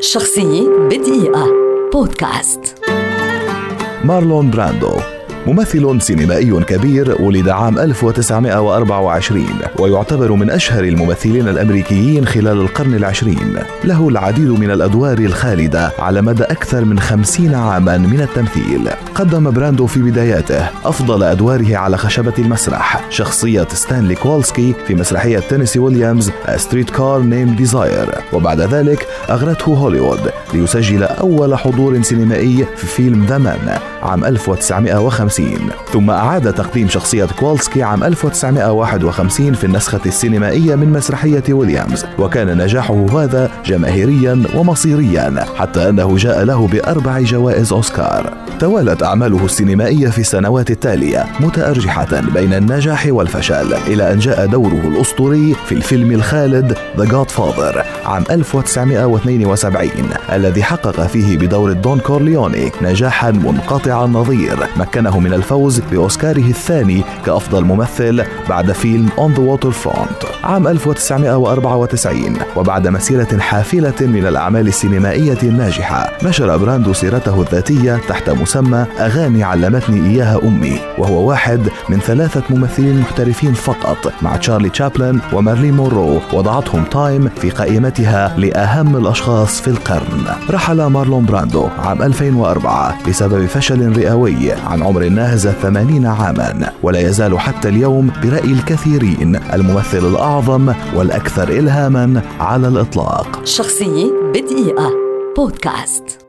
شخصية بدقيقة بودكاست. مارلون براندو ممثل سينمائي كبير، ولد عام 1924 ويعتبر من أشهر الممثلين الأمريكيين خلال القرن العشرين. له العديد من الأدوار الخالدة على مدى أكثر من 50 عاما من التمثيل. قدم براندو في بداياته أفضل أدواره على خشبة المسرح شخصية ستانلي كولسكي في مسرحية تينيسي ويليامز A Streetcar Named Desire، وبعد ذلك أغرته هوليوود ليسجل أول حضور سينمائي في فيلم ذا مان عام 1950، ثم أعاد تقديم شخصية كولسكي عام 1951 في النسخة السينمائية من مسرحية ويليامز، وكان نجاحه هذا جماهيريا ومصيريا حتى أنه جاء له ب4 جوائز أوسكار. توالت أعماله السينمائية في السنوات التالية متأرجحة بين النجاح والفشل، إلى أن جاء دوره الأسطوري في الفيلم الخالد The Godfather عام 1972 الذي حقق فيه بدور دون كورليوني نجاحا منقطع النظير مكنه من الفوز بأوسكاره الثاني كأفضل ممثل بعد فيلم On the Waterfront عام 1994. وبعد مسيرة حافلة من الأعمال السينمائية الناجحة، نشر براندو سيرته الذاتية تحت مسمى أغاني علمتني إياها أمي، وهو واحد من 3 ممثلين محترفين فقط مع تشارلي تشابلن ومارلين مونرو وضعتهم تايم في قائمتها لأهم الأشخاص في القرن. رحل مارلون براندو عام 2004 بسبب فشل رئوي عن عمر ناهز 80 عاما، ولا يزال حتى اليوم برأي الكثيرين الممثل الأعظم والأكثر إلهاما على الإطلاق. شخصية بدقيقة بودكاست.